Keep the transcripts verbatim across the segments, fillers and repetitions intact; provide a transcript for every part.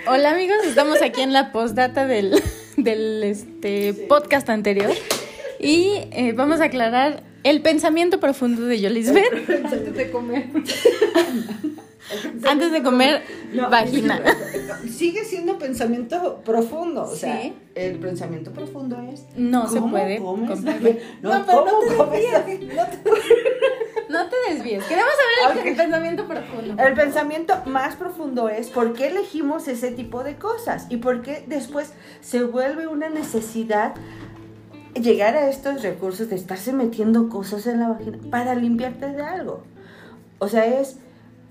Hola amigos, estamos aquí en la postdata del, del este, sí. podcast anterior y eh, vamos a aclarar el pensamiento profundo de Yolisbeth antes de comer. Antes de comer no, vagina. Sigue siendo pensamiento profundo, o sea, sí. El pensamiento profundo es no se puede comes comer. No, no, pero no te desvíes. No te, no te desvíes. Queremos saber el, okay. el pensamiento profundo. El pensamiento más profundo es por qué elegimos ese tipo de cosas y por qué después se vuelve una necesidad llegar a estos recursos de estarse metiendo cosas en la vagina para limpiarte de algo. O sea, es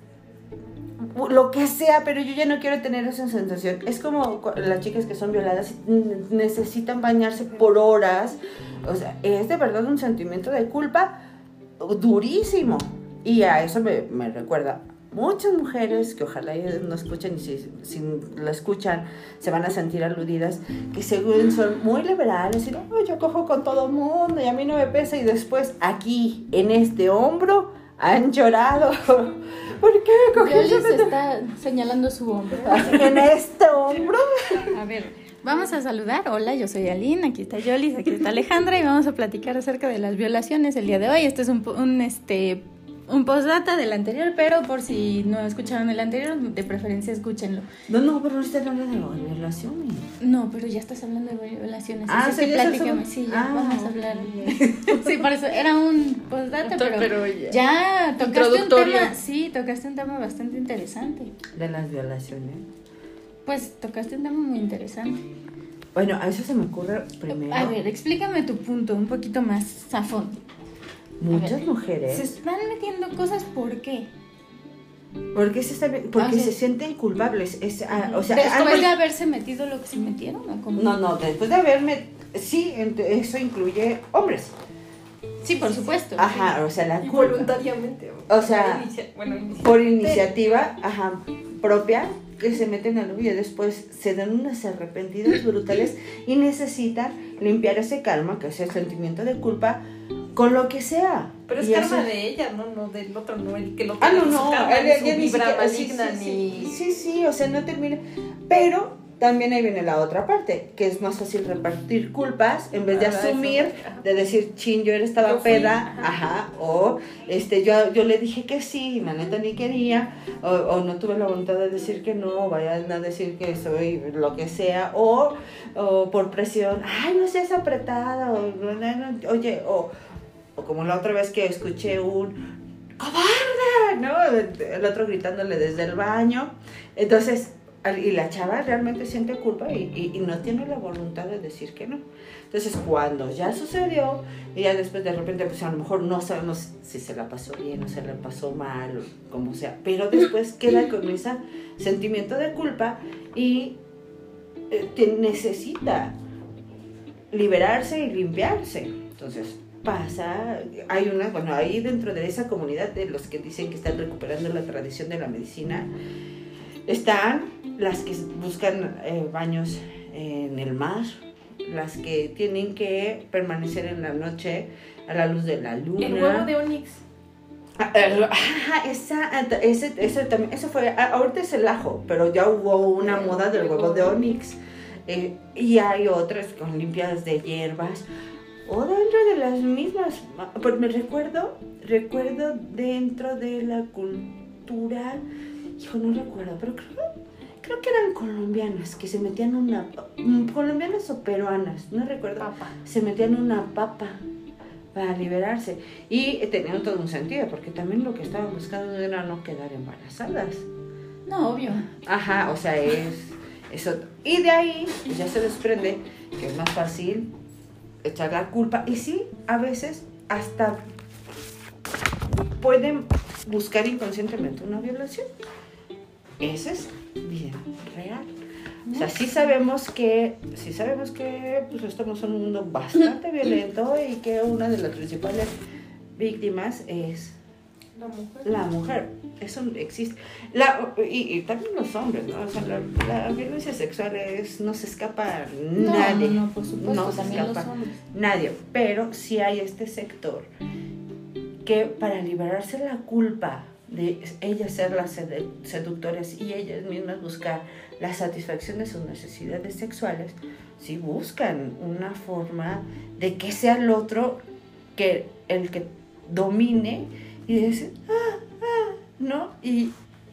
lo que sea, pero yo ya no quiero tener esa sensación. Es como las chicas que son violadas necesitan bañarse por horas. O sea, es de verdad un sentimiento de culpa durísimo. Y a eso me, me recuerda muchas mujeres que ojalá no escuchen y si, si la escuchan se van a sentir aludidas, que según son muy liberales y no, yo cojo con todo el mundo y a mí no me pesa, y después aquí en este hombro han llorado. ¿Por qué me cogió? Yolis se está señalando su hombro. ¿En este hombro? A ver, vamos a saludar. Hola, yo soy Aline, aquí está Yolis, aquí está Alejandra y vamos a platicar acerca de las violaciones el día de hoy. Este es un, un este un postdata del anterior, pero por si no escucharon el anterior, de preferencia escúchenlo. No, no, pero no está hablando de violaciones. No, pero ya estás hablando de violaciones. Ah, sí, platícame. Sí, ya ah, vamos a hablar. Sí, por eso era un postdata, pero, pero ya, ya tocaste un tema, sí, tocaste un tema bastante interesante. De las violaciones. Pues tocaste un tema muy interesante. Bueno, a eso se me ocurre primero. A ver, explícame tu punto un poquito más a fondo. Muchas mujeres se están metiendo cosas, ¿por qué? Porque se está, porque o sea, se sienten culpables. Es, uh, o sea, después algo, de haberse metido lo que se metieron, ¿o cómo? No, no, después de haberme, sí, eso incluye hombres. Sí, por supuesto. Ajá, o sea, la y culpa. Voluntariamente. O sea, inicia, bueno, iniciativa. Por iniciativa, ajá, propia, que se meten al hoyo y después se dan unas arrepentidas brutales y necesitan limpiar ese karma, que es el sentimiento de culpa, con lo que sea. Pero es y karma eso... de ella, no, no del otro, no el que lo Ah, no, no, karma, ella, su ella vibra siquiera, maligna, sí, sí, ni... sí, sí, o sea, no termina. Pero también ahí viene la otra parte, que es más fácil repartir culpas en vez de ah, asumir, eso, de decir, chin, yo estaba yo peda, fui, ajá. ajá, o este, yo, yo le dije que sí, y la neta ni quería, o, o no tuve la voluntad de decir que no, vayan a decir que soy lo que sea, o, o por presión, ay, no seas apretada, o, no, no, oye, o, o como la otra vez que escuché un ¡cobarde!, ¿no? El otro gritándole desde el baño. Entonces, y la chava realmente siente culpa y, y, y no tiene la voluntad de decir que no. Entonces, cuando ya sucedió, y ya después de repente, pues a lo mejor no sabemos si se la pasó bien o se la pasó mal, o como sea, pero después queda con ese sentimiento de culpa y eh, te necesita liberarse y limpiarse. Entonces, pasa, hay una, bueno, ahí dentro de esa comunidad de los que dicen que están recuperando la tradición de la medicina, están las que buscan eh, baños en el mar, las que tienen que permanecer en la noche a la luz de la luna. El huevo de Onix. Ah, esa, ese, ese también, eso fue, ahorita es el ajo, pero ya hubo una moda del huevo de Onix. Eh, y hay otras con limpiadas de hierbas. O dentro de las mismas, pues me recuerdo, recuerdo dentro de la cultura, hijo, no recuerdo, pero creo, creo que eran colombianas, que se metían una, colombianas o peruanas, no recuerdo, papa. Se metían una papa para liberarse. Y tenían todo un sentido, porque también lo que estaban buscando era no quedar embarazadas. No, obvio. Ajá, o sea, es eso. Y de ahí pues ya se desprende que es más fácil echar la culpa, y sí, a veces hasta pueden buscar inconscientemente una violación. Eso es bien real. O sea, sí sabemos que, sí sabemos que pues, estamos en un mundo bastante violento y que una de las principales víctimas es la mujer. La mujer. Eso existe. La, y, y también los hombres, ¿no? O sea, la, la violencia sexual es, no se escapa no, nadie. No, no, por supuesto, no se también escapa los hombres. Nadie. Pero sí hay este sector que para liberarse la culpa de ellas ser las seductoras y ellas mismas buscar la satisfacción de sus necesidades sexuales, sí buscan una forma de que sea el otro que el que domine y decir, ah, ah, ¿no? Y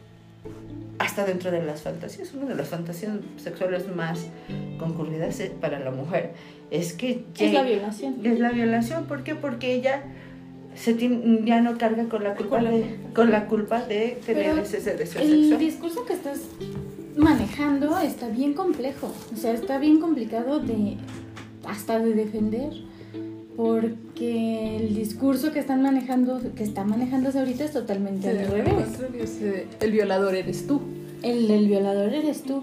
hasta dentro de las fantasías, una de las fantasías sexuales más concurridas para la mujer es que es la violación. Es la violación, ¿por qué? Porque ella se tiene, ya no carga con la culpa de, con la culpa de tener Pero ese deseo el sexual. discurso que estás manejando está bien complejo, o sea, está bien complicado de hasta de defender, porque el discurso que están manejando, que está manejándose ahorita es totalmente Sí, al revés. El violador eres tú. El, el violador eres tú.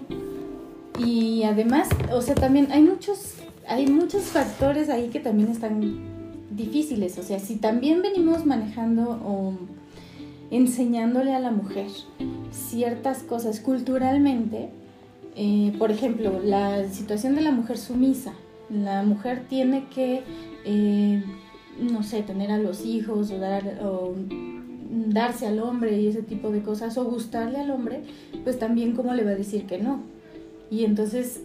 Y además, o sea, también hay muchos, hay muchos factores ahí que también están difíciles. O sea, si también venimos manejando o enseñándole a la mujer ciertas cosas culturalmente, eh, por ejemplo, la situación de la mujer sumisa. La mujer tiene que, eh, no sé, tener a los hijos o, dar, o darse al hombre y ese tipo de cosas, o gustarle al hombre, pues también cómo le va a decir que no. Y entonces,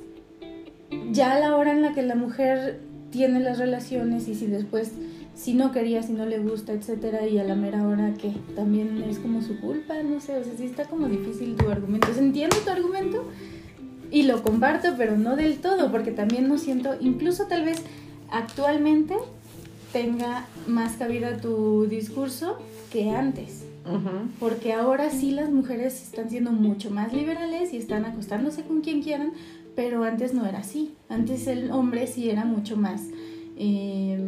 ya a la hora en la que la mujer tiene las relaciones y si después, si no quería, si no le gusta, etcétera, y a la mera hora que también es como su culpa, no sé, o sea, sí está como difícil tu argumento. O sea, entiendo tu argumento y lo comparto, pero no del todo, porque también no siento, incluso tal vez actualmente tenga más cabida tu discurso que antes. Uh-huh. Porque ahora sí las mujeres están siendo mucho más liberales y están acostándose con quien quieran, pero antes no era así. Antes el hombre sí era mucho más eh,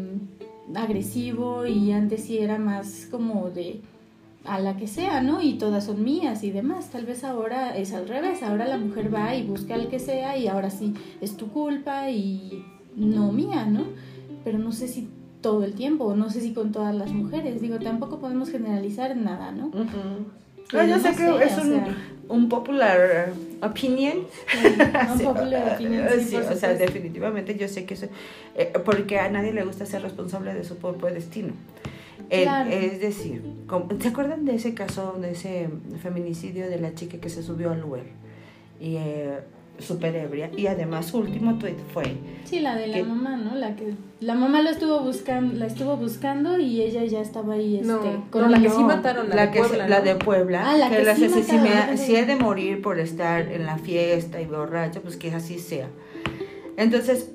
agresivo y antes sí era más como de a la que sea, ¿no? Y todas son mías y demás. Tal vez ahora es al revés. Ahora la mujer va y busca al que sea y ahora sí es tu culpa y no mía, ¿no? Pero no sé si todo el tiempo, no sé si con todas las mujeres. Digo, tampoco podemos generalizar nada, ¿no? Uh-huh. No, yo no sé sé, que es o un, sea, un popular opinion. Sí, un Sí, popular opinion, sí, sí, por o sea, supuesto. definitivamente yo sé que eso, eh, porque a nadie le gusta ser responsable de su propio destino. Eh, Claro. Es decir, como- ¿se acuerdan de ese caso, de ese feminicidio de la chica que se subió al Uber y eh, súper ebria? Y además su último tweet fue Sí, la de la que- mamá, ¿no? La que la mamá lo estuvo buscando, la estuvo buscando y ella ya estaba ahí, este, No, con no, la el- que sí mataron, la, la de que Puebla, se- la ¿no? de Puebla, Ah, la que la sí si, si, mataron, me- ¿no? si he de morir por estar en la fiesta y borracha, pues que así sea. Entonces,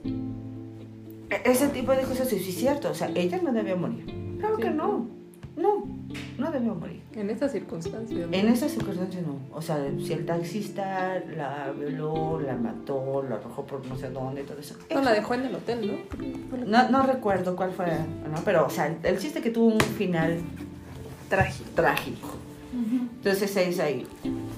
e- ese tipo de cosas sí es cierto, o sea, ella no debía morir. Claro Sí. que no, no, no debió morir. En estas circunstancias, ¿no? En esas circunstancias no, o sea, si el taxista la violó, la mató, la arrojó por no sé dónde, todo eso. No, la dejó en el hotel, ¿no? No, no recuerdo cuál fue, ¿no? Pero, o sea, el, el chiste que tuvo un final trágico. trágico. Ujú. Entonces es ahí.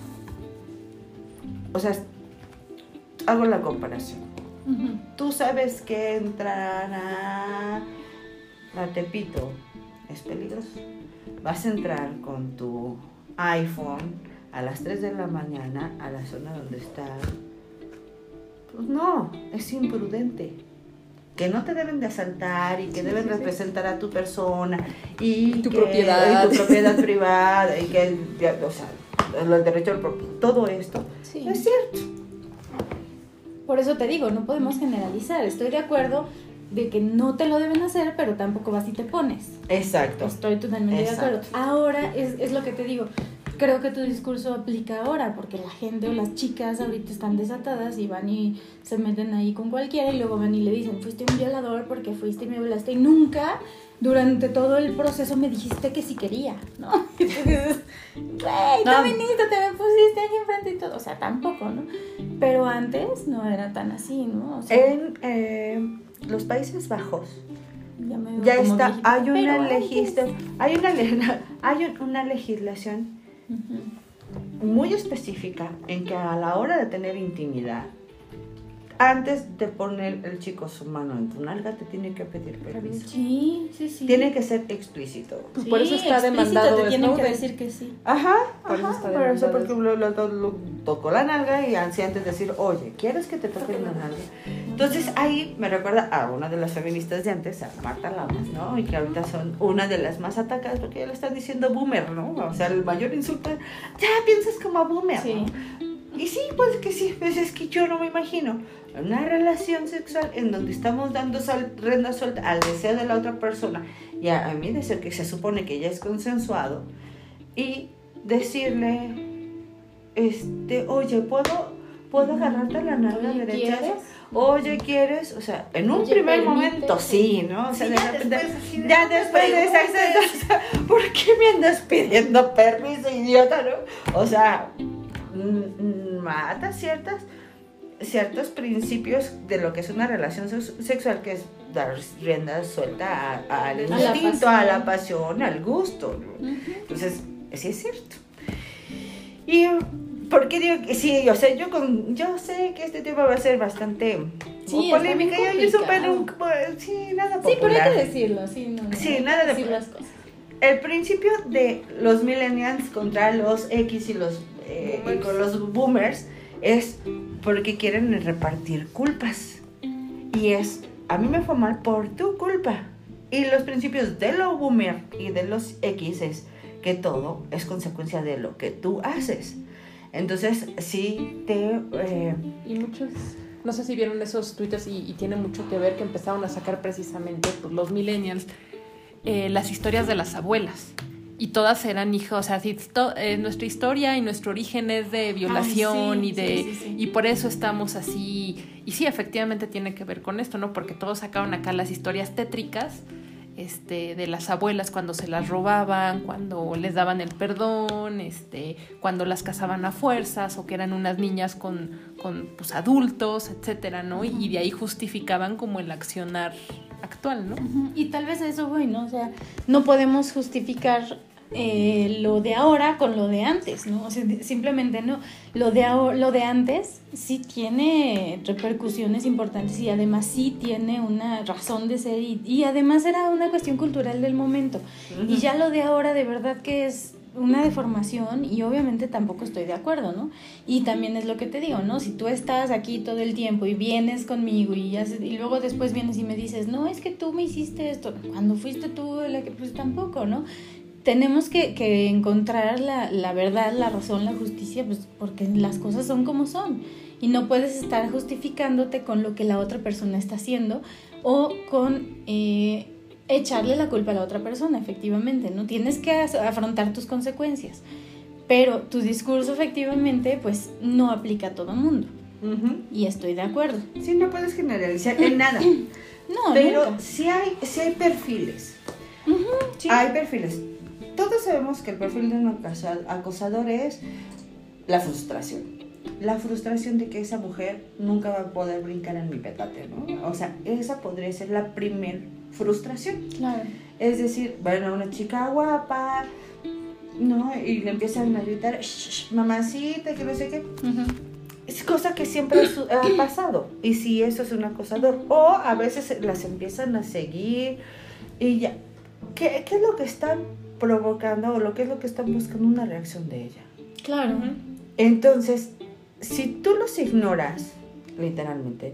O sea, hago la comparación. Ujú. Tú sabes que entrar a, a Tepito es peligroso. Vas a entrar con tu iPhone a las tres de la mañana a la zona donde está. Pues no, es imprudente. Que no te deben de asaltar y que Sí, deben sí, sí. representar a tu persona y Tu que- propiedad. y tu propiedad privada y que, ya, o sea, el derecho al propio, todo esto Sí. es cierto. Por eso te digo, no podemos generalizar. Estoy de acuerdo de que no te lo deben hacer, pero tampoco vas y te pones. Exacto. Estoy totalmente Exacto. de acuerdo. Ahora es, es lo que te digo. Creo que tu discurso aplica ahora, porque la gente o las chicas ahorita están desatadas y van y se meten ahí con cualquiera y luego van y le dicen, fuiste un violador porque fuiste y me violaste y nunca durante todo el proceso me dijiste que sí quería, ¿no? Y tú dices, güey, No. tú viniste, te me pusiste aquí enfrente y todo. O sea, tampoco, ¿no? Pero antes no era tan así, ¿no? O sea, En eh, los Países Bajos ya me veo ya como está, viejita, hay una pero antes- legislación, hay una, le- hay un- una legislación Ujú. muy específica en que a la hora de tener intimidad, antes de poner el chico su mano en tu nalga, te tiene que pedir permiso. Sí, sí, sí. Tiene que ser explícito. Sí, Por eso está explícito, demandado te tienen que Snowden. decir que sí. Ajá, Por eso ajá, está por eso demandado porque lo, lo- lo- lo tocó la nalga y así antes de decir, oye, ¿quieres que te toque la nalga? Entonces ahí me recuerda a una de las feministas de antes, a Marta Lamas, ¿no? Y que ahorita son una de las más atacadas porque ya le están diciendo boomer, ¿no? O sea, el mayor insulto es, ya piensas como boomer, Sí. ¿no? Y sí, pues que sí, pues es que yo no me imagino una relación sexual en donde estamos dando sal, rienda suelta al deseo de la otra persona y a, a mi deseo que se supone que ya es consensuado y decirle, este, oye, ¿puedo, ¿puedo agarrarte la nalga Oye, derecha? ¿quieres? Oye, ¿quieres? O sea, en un Oye, primer permite. momento sí, ¿no? O sea, Sí, de ya repente, después así de, ya no te después de esa, preguntes. o sea, ¿por qué me andas pidiendo permiso, idiota, no? O sea, mm, mata ciertas, ciertos principios de lo que es una relación sex- sexual, que es dar rienda suelta a- a- al A la instinto, a la pasión. pasión, al gusto, ¿no? Ujú. Entonces, sí es cierto. Y ¿por qué digo que sí? O sea, yo con yo sé que este tema va a ser bastante Sí, polémica. está Yo, bien yo súper complicado. un- sí, nada Sí, popular. pero hay que decirlo, sí, no, no, Sí, hay que nada de- decir las cosas. El principio de los millennials contra los X y los eh, y Boomers. con los boomers es porque quieren repartir culpas. Y es, a mí me fue mal por tu culpa. Y los principios de los boomer y de los X es que todo es consecuencia de lo que tú haces. Entonces, sí te... eh, Y muchos, no sé si vieron esos twitters y, y tiene mucho que ver que empezaron a sacar precisamente pues, los millennials eh, las historias de las abuelas. Y todas eran hijos, o sea, sí, to- eh, nuestra historia y nuestro origen es de violación. Ay, sí, y de sí, sí, sí. y por eso estamos así. Y sí, efectivamente tiene que ver con esto, ¿no? Porque todos sacaron acá las historias tétricas este, de las abuelas cuando se las robaban, cuando les daban el perdón, este, cuando las casaban a fuerzas o que eran unas niñas con, con pues, adultos, etcétera, ¿no? Y, y de ahí justificaban como el accionar actual, ¿no? Ujú. Y tal vez a eso voy, ¿no? O sea, no podemos justificar eh, lo de ahora con lo de antes, ¿no? O sea, de- simplemente no. Lo de, aho- lo de antes sí tiene repercusiones importantes y además sí tiene una razón de ser y, y además era una cuestión cultural del momento. Y ya lo de ahora de verdad que es una deformación y obviamente tampoco estoy de acuerdo, ¿no? Y también es lo que te digo, ¿no? Si tú estás aquí todo el tiempo y vienes conmigo y, haces, y luego después vienes y me dices, no, es que tú me hiciste esto, cuando fuiste tú la que, pues tampoco, ¿no? Tenemos que, que encontrar la, la verdad, la razón, la justicia, pues porque las cosas son como son y no puedes estar justificándote con lo que la otra persona está haciendo o con... Eh, echarle la culpa a la otra persona, efectivamente, ¿no? Tienes que as- afrontar tus consecuencias, pero tu discurso efectivamente pues no aplica a todo el mundo Ujú. y estoy de acuerdo. Sí, no puedes generalizar en nada. No, Pero nunca. sí hay, sí hay perfiles. Sí. Hay perfiles. Todos sabemos que el perfil de un acosa- acosador es la frustración. La frustración de que esa mujer nunca va a poder brincar en mi petate, ¿no? O sea, esa podría ser la primer frustración. Claro. Es decir, bueno, una chica guapa, ¿no? Y le empiezan a gritar, "Shh, shh, mamacita, que no sé qué". Ujú. Es cosa que siempre ha su- ha pasado. Y si eso es un acosador. O a veces las empiezan a seguir y ya. ¿Qué, qué es lo que están provocando o lo que es lo que están buscando? Una reacción de ella. Claro. Entonces, si tú los ignoras, literalmente,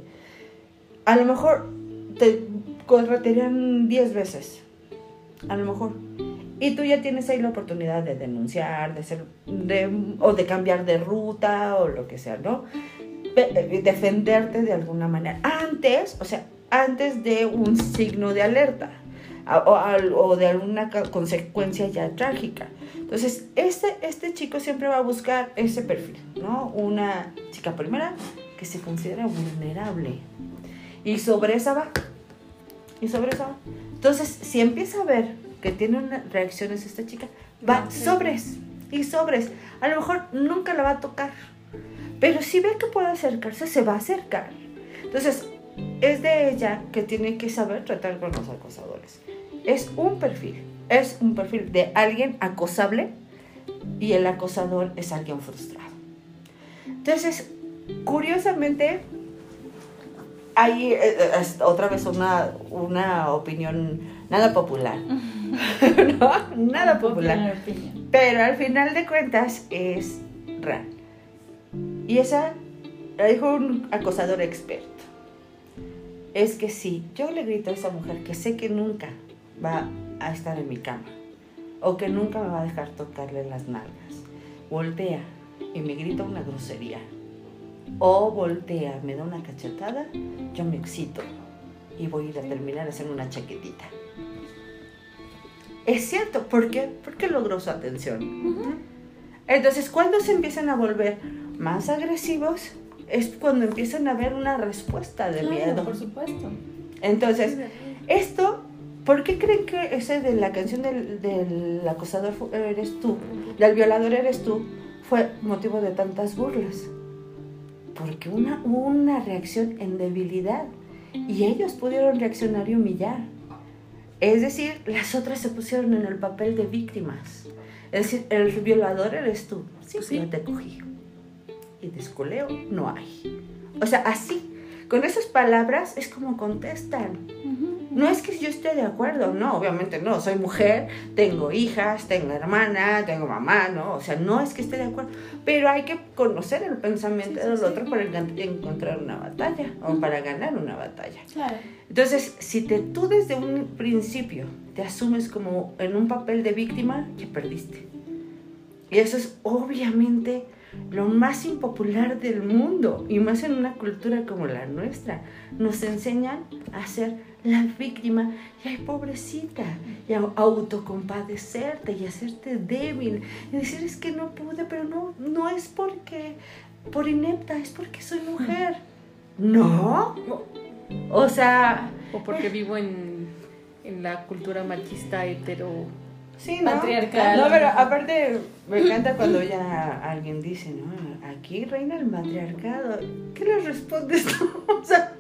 a lo mejor te corretearían diez veces. A lo mejor. Y tú ya tienes ahí la oportunidad de denunciar, de ser, de, o de cambiar de ruta, o lo que sea, ¿no? Pe- defenderte de alguna manera. Antes, o sea, antes de un signo de alerta, a- o, al- o de alguna ca- consecuencia ya trágica. Entonces, este, este chico siempre va a buscar ese perfil, ¿no? Una chica primera que se considera vulnerable. Y sobre esa va. Y sobre esa va. Entonces, si empieza a ver que tiene unas reacciones esta chica, va sobres y sobres. A lo mejor nunca la va a tocar, pero si ve que puede acercarse, se va a acercar. Entonces, es de ella que tiene que saber tratar con los acosadores. Es un perfil, es un perfil de alguien acosable y el acosador es alguien frustrado. Entonces, curiosamente, hay eh, es otra vez una, una opinión nada popular. ¿No? Nada popular. Popular opinión. Pero al final de cuentas es real. Y esa la dijo un acosador experto. es que si yo le grito a esa mujer que sé que nunca va a estar en mi cama, o que nunca me va a dejar tocarle las nalgas, voltea y me grita una grosería, o voltea, me da una cachetada, yo me excito y voy a ir a terminar haciendo una chaquetita. Es cierto, ¿por qué? Porque logró su atención. Uh-huh. Entonces, cuando se empiezan a volver más agresivos, es cuando empiezan a haber una respuesta de claro, miedo. Por supuesto. Entonces, esto, ¿por qué creen que ese de la canción del, del acosador eres tú, del violador eres tú, fue motivo de tantas burlas? Porque una, una reacción en debilidad, y ellos pudieron reaccionar y humillar. Es decir, las otras se pusieron en el papel de víctimas. Es decir, el violador eres tú. Sí, sí. Yo te cogí. Y de esculeo no hay. O sea, así, con esas palabras es como contestan. Uh-huh. No es que yo esté de acuerdo, no, obviamente no. Soy mujer, tengo hijas, tengo hermana, tengo mamá, no. O sea, no es que esté de acuerdo. Pero hay que conocer el pensamiento sí, sí, del otro sí. para encontrar una batalla uh-huh. o para ganar una batalla. Claro. Entonces, si te, tú desde un principio te asumes como en un papel de víctima, ya perdiste. Y eso es obviamente lo más impopular del mundo, y más en una cultura como la nuestra. Nos enseñan a ser la víctima y ay, pobrecita, y a autocompadecerte y hacerte débil y decir es que no pude, pero no, no es porque por inepta, es porque soy mujer. No, o sea, o porque vivo en, en la cultura machista hetero. Sí, ¿no? Patriarcal. No, pero aparte me encanta cuando ya alguien dice, no, aquí reina el matriarcado. ¿Qué le respondes tú? O sea,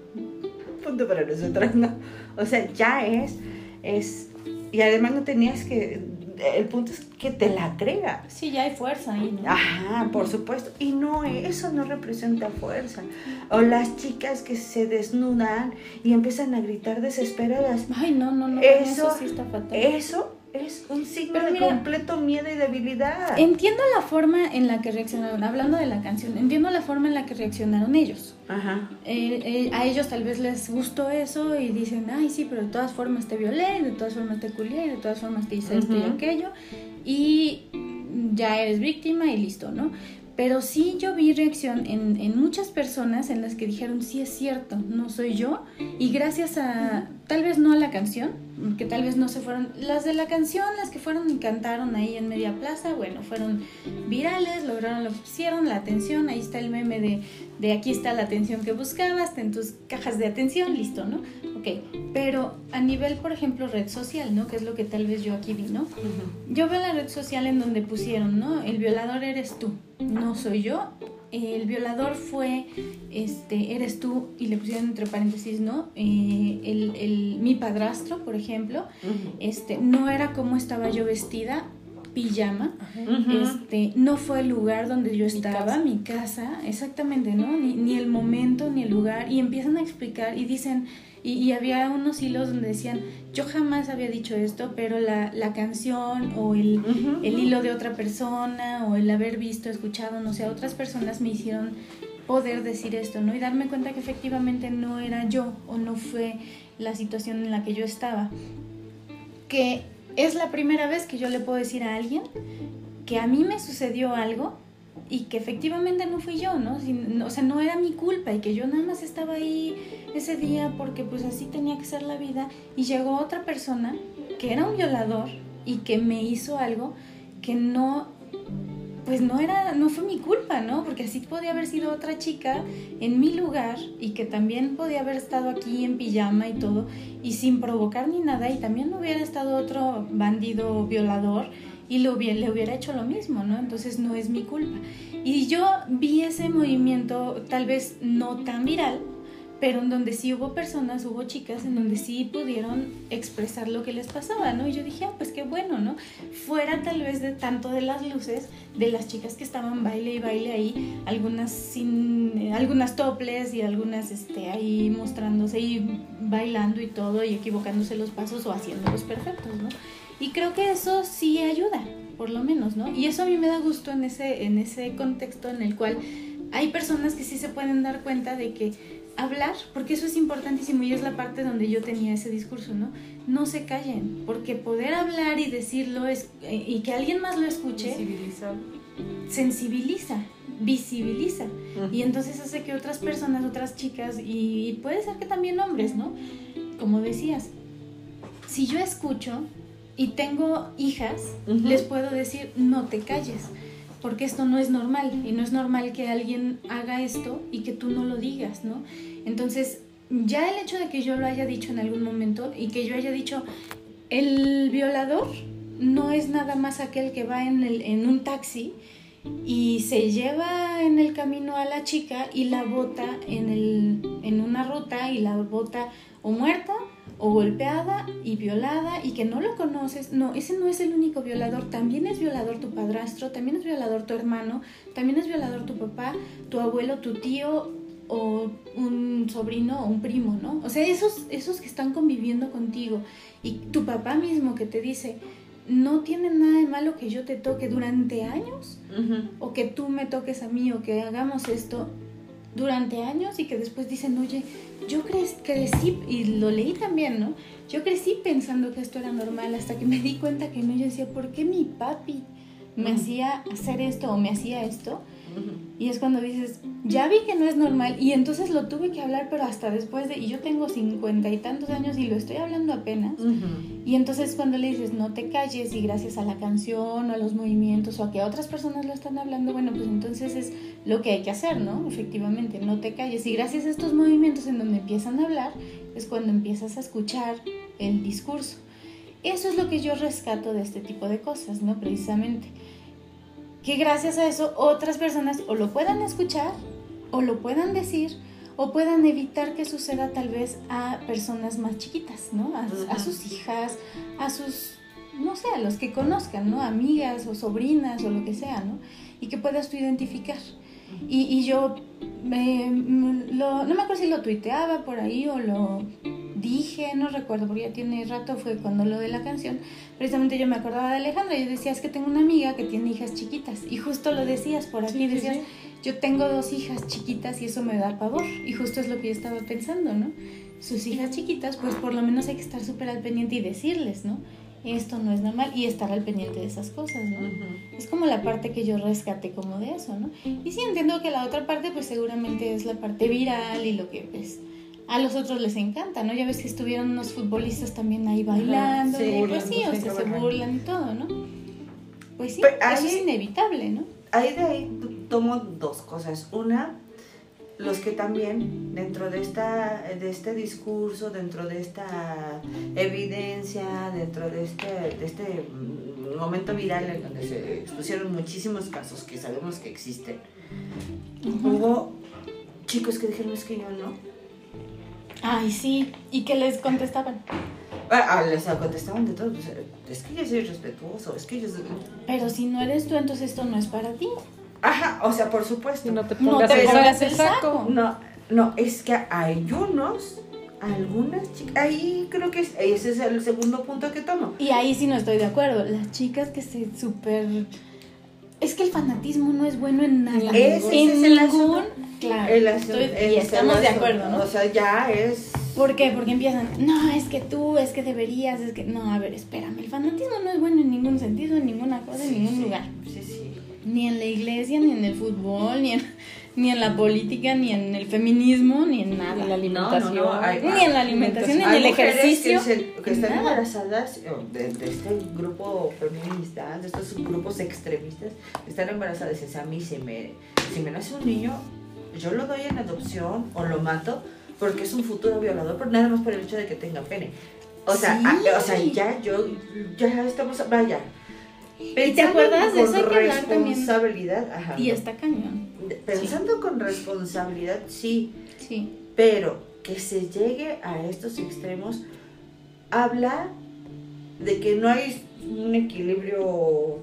punto para nosotras, ¿no? O sea, ya es, es, y además no tenías que, el punto es que te la creas. Sí, ya hay fuerza ahí, ¿no? Ajá, por supuesto. Y no, eso no representa fuerza. O las chicas que se desnudan y empiezan a gritar desesperadas. Ay, no, no, no. Eso, eso sí está fatal. Eso es un signo Pero de mira, completo miedo y debilidad. Entiendo la forma en la que reaccionaron, hablando de la canción, entiendo la forma en la que reaccionaron ellos. Ajá. Eh, eh, a ellos tal vez les gustó eso y dicen, ay, sí, pero de todas formas te violé, de todas formas te culié, de todas formas te hice uh-huh. esto y aquello, y ya eres víctima y listo, ¿no? Pero sí yo vi reacción en, en muchas personas en las que dijeron, sí es cierto, no soy yo, y gracias a, tal vez no a la canción, que tal vez no se fueron, las de la canción, las que fueron y cantaron ahí en media plaza, bueno, fueron virales, lograron lo que quisieron, la atención, ahí está el meme de, de aquí está la atención que buscabas, en tus cajas de atención, listo, ¿no? Ok, pero a nivel, por ejemplo, red social, ¿no? Que es lo que tal vez yo aquí vi, ¿no? Uh-huh. Yo veo la red social en donde pusieron, ¿no? El violador eres tú, no soy yo. El violador fue, este, eres tú, y le pusieron entre paréntesis, ¿no? Eh, el, el, mi padrastro, por ejemplo, uh-huh. este, no era como estaba yo vestida, pijama, uh-huh. este, no fue el lugar donde yo estaba, mi casa, mi casa exactamente, ¿no? Ni, ni el momento, ni el lugar, y empiezan a explicar y dicen, y, y había unos hilos donde decían, yo jamás había dicho esto, pero la, la canción o el, uh-huh. el hilo de otra persona o el haber visto, escuchado, no sé, a otras personas me hicieron poder decir esto, ¿no? Y darme cuenta que efectivamente no era yo o no fue la situación en la que yo estaba. Que es la primera vez que yo le puedo decir a alguien que a mí me sucedió algo y que efectivamente no fui yo, ¿no? Sin, o sea, no era mi culpa y que yo nada más estaba ahí ese día porque pues así tenía que ser la vida, y llegó otra persona que era un violador y que me hizo algo que no, pues no era, no fue mi culpa, ¿no? Porque así podía haber sido otra chica en mi lugar y que también podía haber estado aquí en pijama y todo y sin provocar ni nada, y también hubiera estado otro bandido violador y le hubiera, le hubiera hecho lo mismo, ¿no? Entonces no es mi culpa. Y yo vi ese movimiento tal vez no tan viral, pero en donde sí hubo personas, hubo chicas en donde sí pudieron expresar lo que les pasaba, ¿no? Y yo dije, ah, pues qué bueno, ¿no? Fuera tal vez de tanto de las luces, de las chicas que estaban baile y baile ahí, algunas sin, eh, algunas topless y algunas este, ahí mostrándose y bailando y todo y equivocándose los pasos o haciéndolos perfectos, ¿no? Y creo que eso sí ayuda, por lo menos, ¿no? Y eso a mí me da gusto en ese, en ese contexto en el cual hay personas que sí se pueden dar cuenta de que hablar, porque eso es importantísimo y es la parte donde yo tenía ese discurso, ¿no? No se callen, porque poder hablar y decirlo es, y que alguien más lo escuche, Visibilizar. sensibiliza, visibiliza, uh-huh. Y entonces hace que otras personas, otras chicas, y, y puede ser que también hombres, ¿no? Como decías, si yo escucho y tengo hijas, uh-huh. Les puedo decir, no te calles, porque esto no es normal, y no es normal que alguien haga esto y que tú no lo digas, ¿no? Entonces, ya el hecho de que yo lo haya dicho en algún momento y que yo haya dicho, el violador no es nada más aquel que va en, el, en un taxi y se lleva en el camino a la chica y la bota en, el, en una ruta y la bota o muerta o golpeada y violada y que no lo conoces. No, ese no es el único violador. También es violador tu padrastro, también es violador tu hermano, también es violador tu papá, tu abuelo, tu tío o un sobrino o un primo, ¿no? O sea, esos, esos que están conviviendo contigo y tu papá mismo que te dice, no tiene nada de malo que yo te toque durante años, uh-huh. O que tú me toques a mí o que hagamos esto durante años y que después dicen, oye, yo cre- crecí, y lo leí también, ¿no? Yo crecí pensando que esto era normal hasta que me di cuenta que no. Yo decía, ¿por qué mi papi me uh-huh. hacía hacer esto o me hacía esto? Uh-huh. Y es cuando dices, ya vi que no es normal, y entonces lo tuve que hablar, pero hasta después de, y yo tengo cincuenta y tantos años y lo estoy hablando apenas, uh-huh. Y entonces cuando le dices, no te calles, y gracias a la canción o a los movimientos o a que otras personas lo están hablando, bueno, pues entonces es lo que hay que hacer, ¿no? Efectivamente, no te calles, y gracias a estos movimientos en donde empiezan a hablar, es cuando empiezas a escuchar el discurso. Eso es lo que yo rescato de este tipo de cosas, ¿no? Precisamente. Que gracias a eso otras personas o lo puedan escuchar, o lo puedan decir, o puedan evitar que suceda tal vez a personas más chiquitas, ¿no? A, a sus hijas, a sus, no sé, a los que conozcan, ¿no? Amigas o sobrinas o lo que sea, ¿no? Y que puedas tú identificar. Y, y yo, me, lo, no me acuerdo si lo tuiteaba por ahí o lo dije, no recuerdo, porque ya tiene rato, fue cuando lo de la canción. Precisamente yo me acordaba de Alejandra, yo decía, es que tengo una amiga que tiene hijas chiquitas, y justo lo decías por aquí, sí, decías, sí, sí. Yo tengo dos hijas chiquitas y eso me da pavor, y justo es lo que yo estaba pensando, ¿no? Sus hijas chiquitas, pues por lo menos hay que estar súper al pendiente y decirles, ¿no? Esto no es normal, y estar al pendiente de esas cosas, ¿no? Uh-huh. Es como la parte que yo rescaté como de eso, ¿no? Y sí entiendo que la otra parte, pues seguramente es la parte viral y lo que, pues, a los otros les encanta, ¿no? Ya ves que estuvieron unos futbolistas también ahí bailando, sí, y pues sí, o sea, se burlan y todo, ¿no? Pues sí, pero eso ahí, es inevitable, ¿no? Ahí de ahí tomo dos cosas. Una, los que también dentro de esta de este discurso, dentro de esta evidencia, dentro de este de este momento viral en donde se expusieron muchísimos casos que sabemos que existen, uh-huh. Hubo chicos que dijeron, es que yo no. Ay, sí, ¿y qué les contestaban? Ah, les contestaban de todo, pues, es que yo soy respetuoso, es que yo soy... Pero si no eres tú, entonces esto no es para ti. Ajá, o sea, por supuesto. No te pongas, no te el, pongas saco. el saco. No, no, es que hay unos, algunas chicas, ahí creo que es, ese es el segundo punto que tomo. Y ahí sí no estoy de acuerdo, las chicas que se súper... Es que el fanatismo no es bueno en nada. Ese, en ese ningún... es el claro, el estoy, el y estamos de acuerdo, ¿no? O sea, ya es... ¿Por qué? Porque empiezan, no, es que tú, es que deberías, es que... No, a ver, espérame, el fanatismo no es bueno en ningún sentido, en ninguna cosa, sí, en ningún sí, lugar. Sí, sí. Ni en la iglesia, ni en el fútbol, ni en, ni en la política, ni en el feminismo, ni en nada. Ni en la alimentación. No, no, no, hay, ni en la alimentación, ni en el ejercicio. Que, se, que están nada. embarazadas de, de este grupo feminista, de estos grupos extremistas, están embarazadas. Es a mí, si me, si me nace un niño, yo lo doy en adopción o lo mato porque es un futuro violador, pero nada más por el hecho de que tenga pene. O sea, sí. a, o sea ya yo, ya estamos, vaya. ¿Y te acuerdas de eso? Hay que hablar también. Responsabilidad, ajá. Y está cañón. Pensando sí. con responsabilidad, sí. Sí. Pero que se llegue a estos extremos habla de que no hay un equilibrio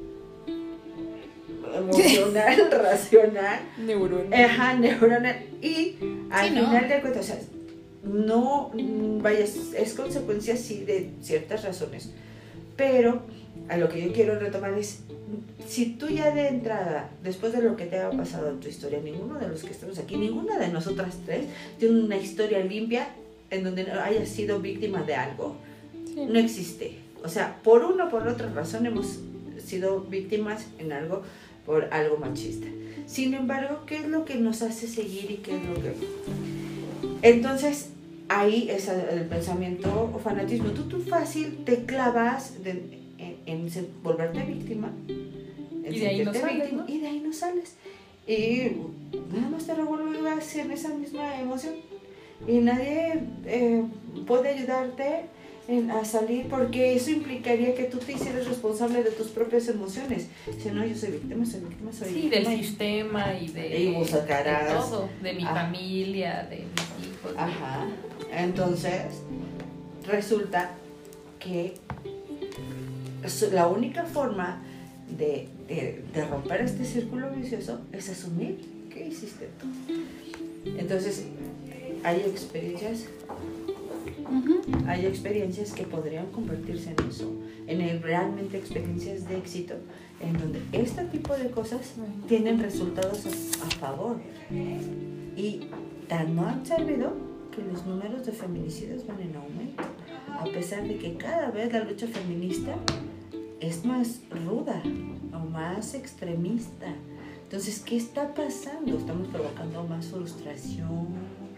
emocional, racional, neuronal. Ajá, neuronal. Y al sí, final ¿no? de cuentas, o sea, no, vaya, es, es consecuencia sí de ciertas razones. Pero a lo que yo quiero retomar es, si tú ya de entrada, después de lo que te ha pasado en tu historia, ninguno de los que estamos aquí, ninguna de nosotras tres tiene una historia limpia en donde no haya sido víctima de algo. Sí. No existe. O sea, por una o por otra razón hemos sido víctimas en algo, por algo machista. Sin embargo, ¿qué es lo que nos hace seguir y qué es lo que... Entonces, ahí es el pensamiento o fanatismo. Tú, tú fácil te clavas de, en, en volverte víctima. En y de ahí no sales, víctima, ¿no? Y de ahí no sales. Y nada más te revuelves en esa misma emoción. Y nadie eh, puede ayudarte en, a salir, porque eso implicaría que tú te hicieras responsable de tus propias emociones. Si no, yo soy víctima, soy víctima, soy sí, víctima. Sí, del sistema y de, y vos sacarás, de todo, de mi ah. familia, de mis hijos. Ajá. Entonces, resulta que la única forma de, de, de romper este círculo vicioso es asumir qué hiciste tú. Entonces, hay experiencias, uh-huh. hay experiencias que podrían convertirse en eso, en el, realmente experiencias de éxito, en donde este tipo de cosas tienen resultados a, a favor. Y tan no han servido que los números de feminicidios van en aumento, a pesar de que cada vez la lucha feminista es más ruda o más extremista. Entonces, ¿qué está pasando? ¿Estamos provocando más frustración?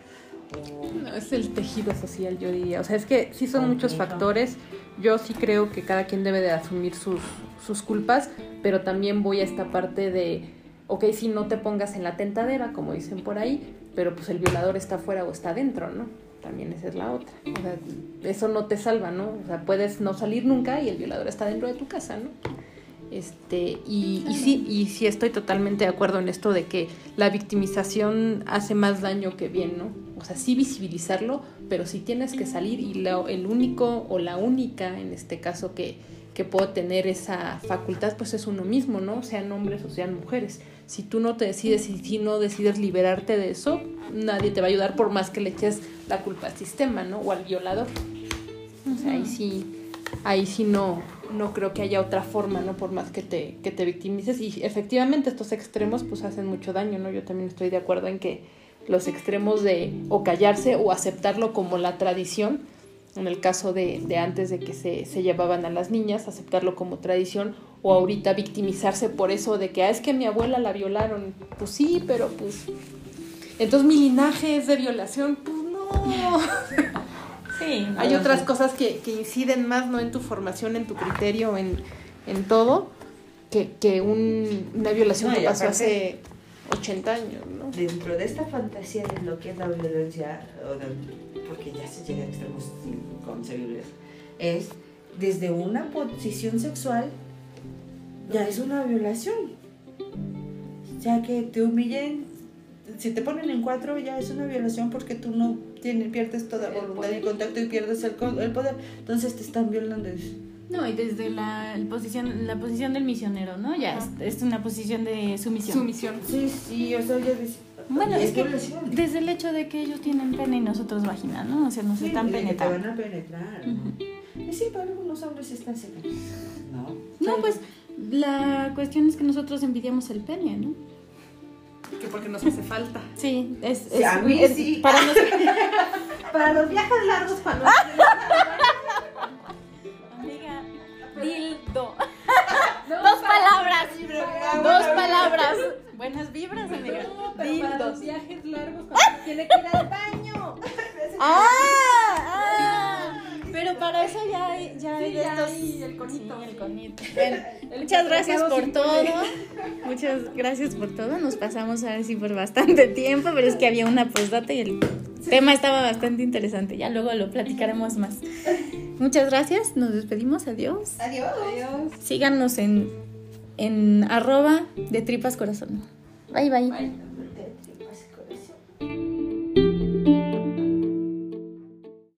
No, es el tejido social, yo diría. O sea, es que sí son muchos factores. Yo sí creo que cada quien debe de asumir sus, sus culpas, pero también voy a esta parte de, ok, si no te pongas en la tentadera, como dicen por ahí, pero pues el violador está afuera o está adentro, ¿no? También esa es la otra. O sea, eso no te salva, ¿no? O sea, puedes no salir nunca y el violador está dentro de tu casa, ¿no? Este, y, y sí, y sí estoy totalmente de acuerdo en esto de que la victimización hace más daño que bien, ¿no? O sea, sí visibilizarlo, pero sí tienes que salir, y lo, el único o la única, en este caso, que, que puede tener esa facultad, pues es uno mismo, ¿no? Sean hombres o sean mujeres. Si tú no te decides y si no decides liberarte de eso, nadie te va a ayudar por más que le eches la culpa al sistema, ¿no? O al violador. O sea, ahí sí, ahí sí no, no creo que haya otra forma, ¿no? Por más que te, que te victimices. Y efectivamente estos extremos pues hacen mucho daño, ¿no? Yo también estoy de acuerdo en que los extremos de o callarse o aceptarlo como la tradición, en el caso de, de antes de que se, se llevaban a las niñas, aceptarlo como tradición, o ahorita victimizarse por eso de que, ah, es que a mi abuela la violaron. Pues sí, pero pues... Entonces mi linaje es de violación. Pues no. Sí, no, hay otras cosas que, que inciden más, ¿no? En tu formación, en tu criterio, en, en todo, que, que un, una violación no, que pasó hace ochenta años, ¿no? Dentro de esta fantasía de lo que es la violencia, o de, porque ya se llega a extremos inconcebibles, es desde una posición sexual ya es una violación. Ya que te humillen, si te ponen en cuatro ya es una violación, porque tú no tienes, pierdes toda voluntad y contacto y pierdes el, el poder. Entonces te están violando. No, y desde la, el posición, la posición del misionero, ¿no? Ya es, es una posición de sumisión. Sumisión. Sí, sí, o sea, ya dice, bueno, es que desde el hecho de que ellos tienen pene y nosotros vagina, ¿no? O sea, nos sí, están penetrando. Te van a penetrar. Uh-huh. Y sí, para algunos hombres están secos. No. No, pues la cuestión es que nosotros envidiamos el pene, ¿no? Que porque nos hace falta. Sí, es, es, sí, a mí es sí. Para, nos... para los viajes largos, cuando amiga, dildo. Dos palabras. Vibra, Dos palabras. Buenas vibras, amiga. No, pero dildos. Para los viajes largos, cuando tiene que ir al baño. Ah, ah. Pero para eso ya hay, ya hay sí, de estos. Sí, el conito. Sí, el conito. Bueno, muchas gracias por todo. Muchas gracias por todo. Nos pasamos ahora sí por bastante tiempo, pero es que había una postdata y el sí. tema estaba bastante interesante. Ya luego lo platicaremos más. Muchas gracias. Nos despedimos. Adiós. Adiós. Adiós. Síganos en, en arroba de tripas corazón. Bye, bye. Bye.